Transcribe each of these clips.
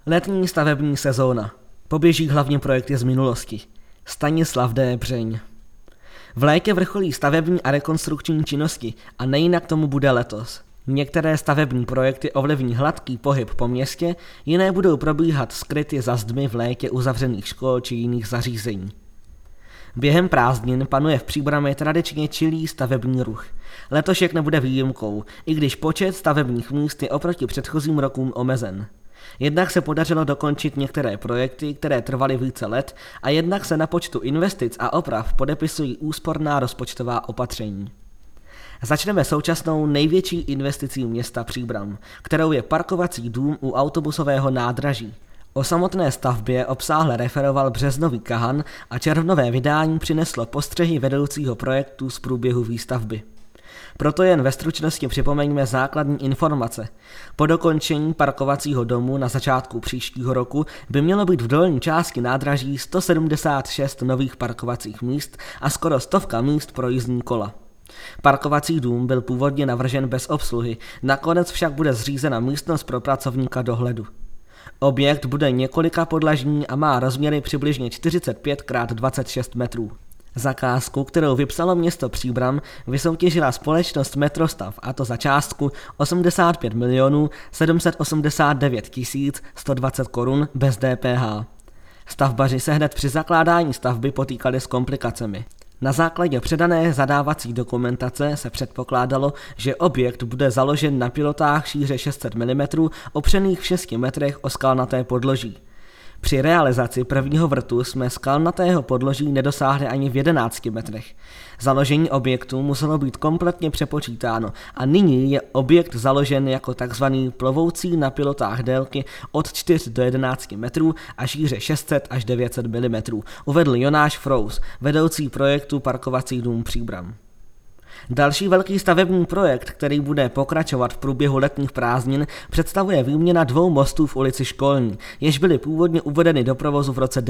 Letní stavební sezóna. Poběží hlavně projekty z minulosti. Stanislav D. Břeň. V létě vrcholí stavební a rekonstrukční činnosti a nejinak tomu bude letos. Některé stavební projekty ovlivní hladký pohyb po městě, jiné budou probíhat skryty za zdmi v létě uzavřených škol či jiných zařízení. Během prázdnin panuje v Příbrami tradičně čilý stavební ruch. Letošek nebude výjimkou, i když počet stavebních míst je oproti předchozím rokům omezen. Jednak se podařilo dokončit některé projekty, které trvaly více let, a jednak se na počtu investic a oprav podepisují úsporná rozpočtová opatření. Začneme současnou největší investicí města Příbram, kterou je parkovací dům u autobusového nádraží. O samotné stavbě obsáhle referoval březnový Kahan a červnové vydání přineslo postřehy vedoucího projektu z průběhu výstavby. Proto jen ve stručnosti připomeňme základní informace. Po dokončení parkovacího domu na začátku příštího roku by mělo být v dolní části nádraží 176 nových parkovacích míst a skoro 100 míst pro jízdní kola. Parkovací dům byl původně navržen bez obsluhy, nakonec však bude zřízena místnost pro pracovníka dohledu. Objekt bude několika podlažní a má rozměry přibližně 45 x 26 metrů. Zakázku, kterou vypsalo město Příbram, vysoutěžila společnost Metrostav, a to za částku 85 789 120 korun bez DPH. Stavbaři se hned při zakládání stavby potýkali s komplikacemi. Na základě předané zadávací dokumentace se předpokládalo, že objekt bude založen na pilotách šíře 600 mm opřených v 6 metrech o skalnaté podloží. Při realizaci prvního vrtu jsme skalnatého podloží nedosáhli ani v 11 metrech. Založení objektu muselo být kompletně přepočítáno a nyní je objekt založen jako tzv. Plovoucí na pilotách délky od 4 do 11 metrů a šíře 600 až 900 mm, uvedl Jonáš Frous, vedoucí projektu Parkovací dům Příbram. Další velký stavební projekt, který bude pokračovat v průběhu letních prázdnin, představuje výměna 2 mostů v ulici Školní, jež byly původně uvedeny do provozu v roce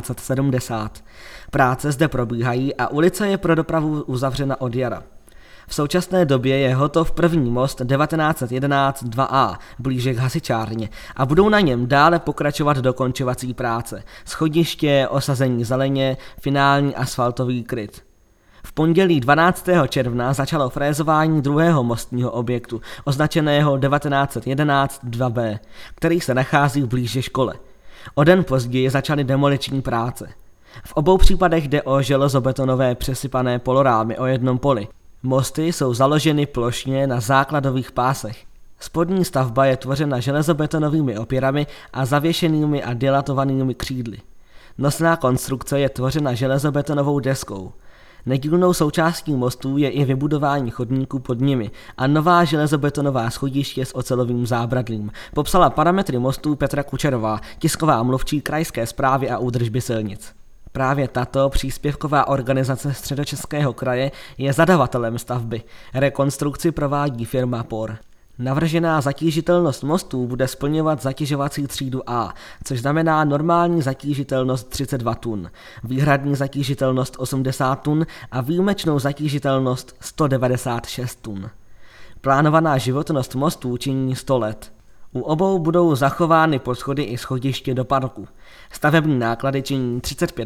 1970. Práce zde probíhají a ulice je pro dopravu uzavřena od jara. V současné době je hotov první most 1911 2A, blíže k hasičárně, a budou na něm dále pokračovat dokončovací práce, schodiště, osazení zeleně, finální asfaltový kryt. V pondělí 12. června začalo frézování druhého mostního objektu, označeného 1911 2B, který se nachází blíže škole. O den později začaly demoliční práce. V obou případech jde o železobetonové přesypané polorámy o jednom poli. Mosty jsou založeny plošně na základových pásech. Spodní stavba je tvořena železobetonovými opěrami a zavěšenými a dilatovanými křídly. Nosná konstrukce je tvořena železobetonovou deskou. Nedílnou součástí mostů je i vybudování chodníků pod nimi a nová železobetonová schodiště s ocelovým zábradlím. Popsala parametry mostů Petra Kučerová, tisková mluvčí krajské správy a údržby silnic. Právě tato příspěvková organizace Středočeského kraje je zadavatelem stavby. Rekonstrukci provádí firma POR. Navržená zatížitelnost mostů bude splňovat zatěžovací třídu A, což znamená normální zatížitelnost 32 tun, výhradní zatížitelnost 80 tun a výjimečnou zatížitelnost 196 tun. Plánovaná životnost mostů činí 100 let. U obou budou zachovány podchody i schodiště do parku. Stavební náklady činí 35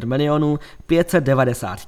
590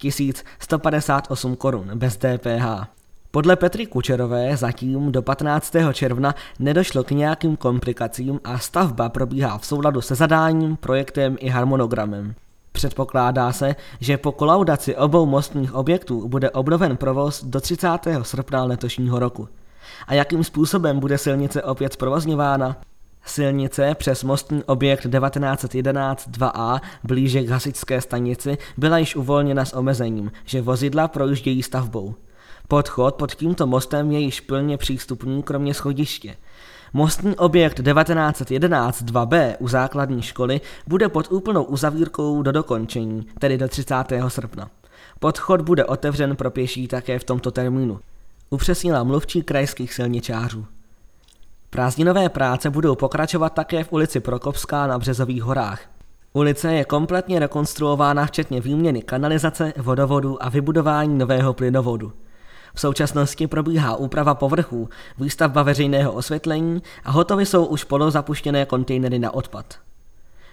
158 korun bez DPH. Podle Petry Kučerové zatím do 15. června nedošlo k nějakým komplikacím a stavba probíhá v souladu se zadáním, projektem i harmonogramem. Předpokládá se, že po kolaudaci obou mostních objektů bude obnoven provoz do 30. srpna letošního roku. A jakým způsobem bude silnice opět zprovozňována? Silnice přes mostní objekt 1911 2A blíže k hasičské stanici byla již uvolněna s omezením, že vozidla projíždějí stavbou. Podchod pod tímto mostem je již plně přístupný kromě schodiště. Mostní objekt 1911 2B u základní školy bude pod úplnou uzavírkou do dokončení, tedy do 30. srpna. Podchod bude otevřen pro pěší také v tomto termínu, upřesnila mluvčí krajských silničářů. Prázdninové práce budou pokračovat také v ulici Prokopská na Březových horách. Ulice je kompletně rekonstruována včetně výměny kanalizace, vodovodu a vybudování nového plynovodu. V současnosti probíhá úprava povrchů, výstavba veřejného osvětlení a hotovy jsou už polozapuštěné kontejnery na odpad.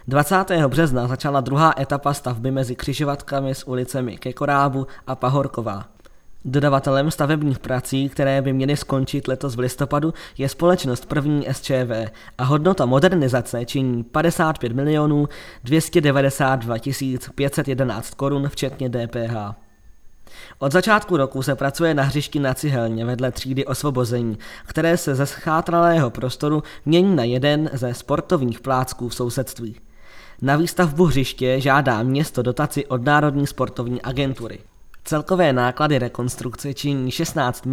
20. března začala druhá etapa stavby mezi křižovatkami s ulicemi Kekorábu a Pahorková. Dodavatelem stavebních prací, které by měly skončit letos v listopadu, je společnost První SČV a hodnota modernizace činí 55 292 511 korun včetně DPH. Od začátku roku se pracuje na hřišti na Cihelně vedle třídy Osvobození, které se ze schátralého prostoru mění na jeden ze sportovních plácků v sousedství. Na výstavbu hřiště žádá město dotaci od Národní sportovní agentury. Celkové náklady rekonstrukce činí 16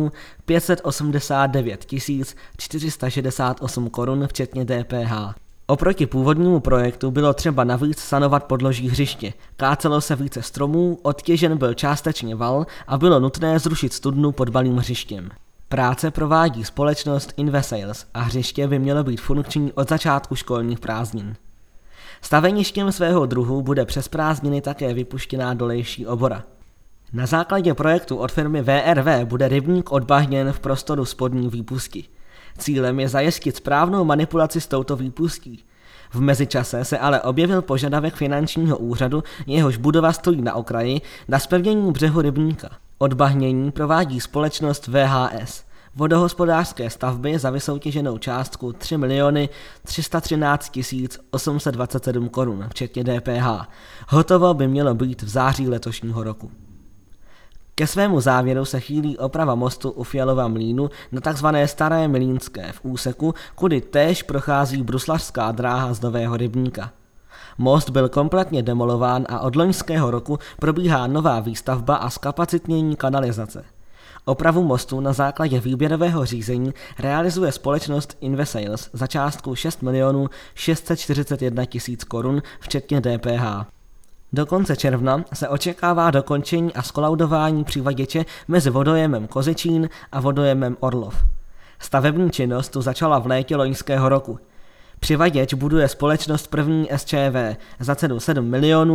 589 468 korun včetně DPH. Oproti původnímu projektu bylo třeba navíc sanovat podloží hřiště, kácelo se více stromů, odtěžen byl částečně val a bylo nutné zrušit studnu pod balým hřištěm. Práce provádí společnost Invesales a hřiště by mělo být funkční od začátku školních prázdnin. Staveništěm svého druhu bude přes prázdniny také vypuštěná dolejší obora. Na základě projektu od firmy VRV bude rybník odbahněn v prostoru spodní výpustí. Cílem je zajistit správnou manipulaci s touto výpustí. V mezičase se ale objevil požadavek finančního úřadu, jehož budova stojí na okraji, na zpevnění břehu rybníka. Odbahnění provádí společnost VHS. Vodohospodářské stavby za vysoutěženou částku 3 313 827 korun, včetně DPH. Hotovo by mělo být v září letošního roku. Ke svému závěru se chýlí oprava mostu u Fialova mlýnu na tzv. Staré Mlýnské v úseku, kudy též prochází bruslařská dráha z Nového Rybníka. Most byl kompletně demolován a od loňského roku probíhá nová výstavba a zkapacitnění kanalizace. Opravu mostu na základě výběrového řízení realizuje společnost Invesales za částku 6 641 000 korun včetně DPH. Do konce června se očekává dokončení a skolaudování přivaděče mezi vodojemem Kozičín a vodojemem Orlov. Stavební činnost tu začala v létě loňského roku. Přivaděč buduje společnost První SČV za cenu 7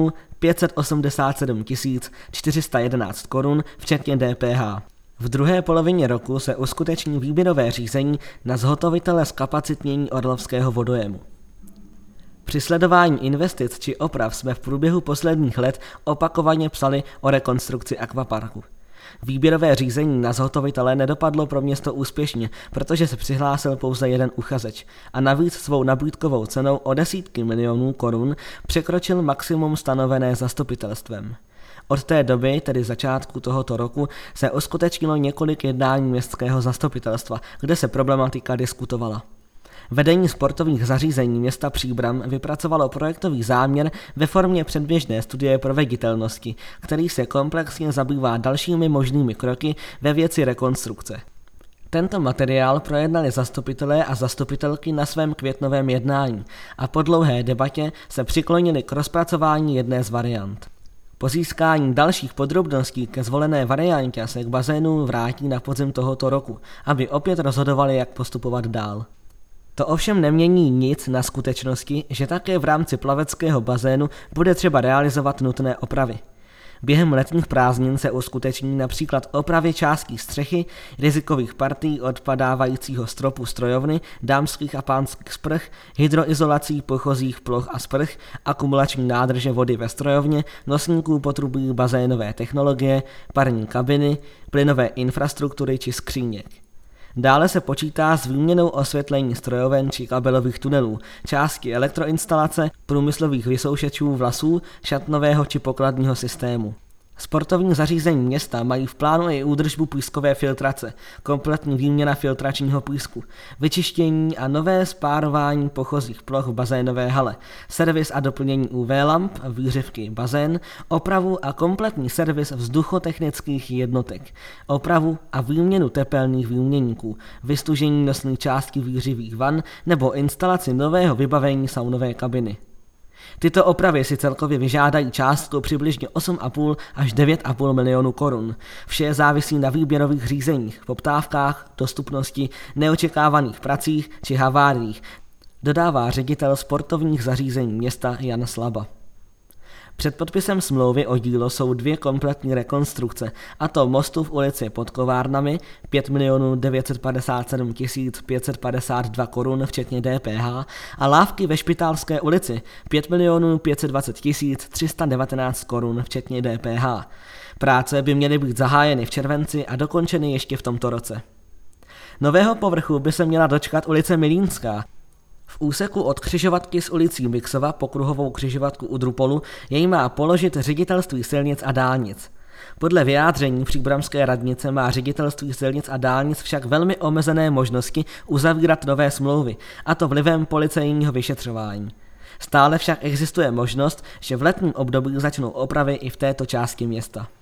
587 411 korun včetně DPH. V druhé polovině roku se uskuteční výběrové řízení na zhotovitele zkapacitnění orlovského vodojemu. Při sledování investic či oprav jsme v průběhu posledních let opakovaně psali o rekonstrukci akvaparku. Výběrové řízení na zhotovitele nedopadlo pro město úspěšně, protože se přihlásil pouze jeden uchazeč a navíc svou nabídkovou cenou o desítky milionů korun překročil maximum stanovené zastupitelstvem. Od té doby, tedy začátku tohoto roku, se uskutečnilo několik jednání městského zastupitelstva, kde se problematika diskutovala. Vedení sportovních zařízení města Příbram vypracovalo projektový záměr ve formě předběžné studie proveditelnosti, který se komplexně zabývá dalšími možnými kroky ve věci rekonstrukce. Tento materiál projednali zastupitelé a zastupitelky na svém květnovém jednání a po dlouhé debatě se přiklonili k rozpracování jedné z variant. Po získání dalších podrobností ke zvolené variantě se k bazénu vrátí na podzim tohoto roku, aby opět rozhodovali, jak postupovat dál. To ovšem nemění nic na skutečnosti, že také v rámci plaveckého bazénu bude třeba realizovat nutné opravy. Během letních prázdnin se uskuteční například opravy částí střechy, rizikových partií odpadávajícího stropu strojovny, dámských a pánských sprch, hydroizolací pochozích ploch a sprch, akumulační nádrže vody ve strojovně, nosníků potrubí bazénové technologie, parní kabiny, plynové infrastruktury či skříněk. Dále se počítá s výměnou osvětlení strojoven či kabelových tunelů, části elektroinstalace, průmyslových vysoušečů vlasů, šatnového či pokladního systému. Sportovní zařízení města mají v plánu i údržbu pískové filtrace, kompletní výměna filtračního písku, vyčištění a nové spárování pochozích ploch v bazénové hale, servis a doplnění UV lamp, výřivky bazén, opravu a kompletní servis vzduchotechnických jednotek, opravu a výměnu tepelných výměníků, vystužení nosných částí výřivých van nebo instalaci nového vybavení saunové kabiny. Tyto opravy si celkově vyžádají částku přibližně 8,5 až 9,5 milionů korun. Vše závisí na výběrových řízeních, poptávkách, dostupnosti, neočekávaných pracích či haváriích, dodává ředitel sportovních zařízení města Jan Slaba. Před podpisem smlouvy o dílo jsou 2 kompletní rekonstrukce, a to mostu v ulici pod Kovárnami 5 957 552 korun včetně DPH a lávky ve Špitálské ulici 5 520 319 korun včetně DPH. Práce by měly být zahájeny v červenci a dokončeny ještě v tomto roce. Nového povrchu by se měla dočkat ulice Milínská. V úseku od křižovatky s ulicí Mixova po kruhovou křižovatku u Drupolu jej má položit Ředitelství silnic a dálnic. Podle vyjádření příbramské radnice má Ředitelství silnic a dálnic však velmi omezené možnosti uzavírat nové smlouvy, a to vlivem policejního vyšetřování. Stále však existuje možnost, že v letním období začnou opravy i v této části města.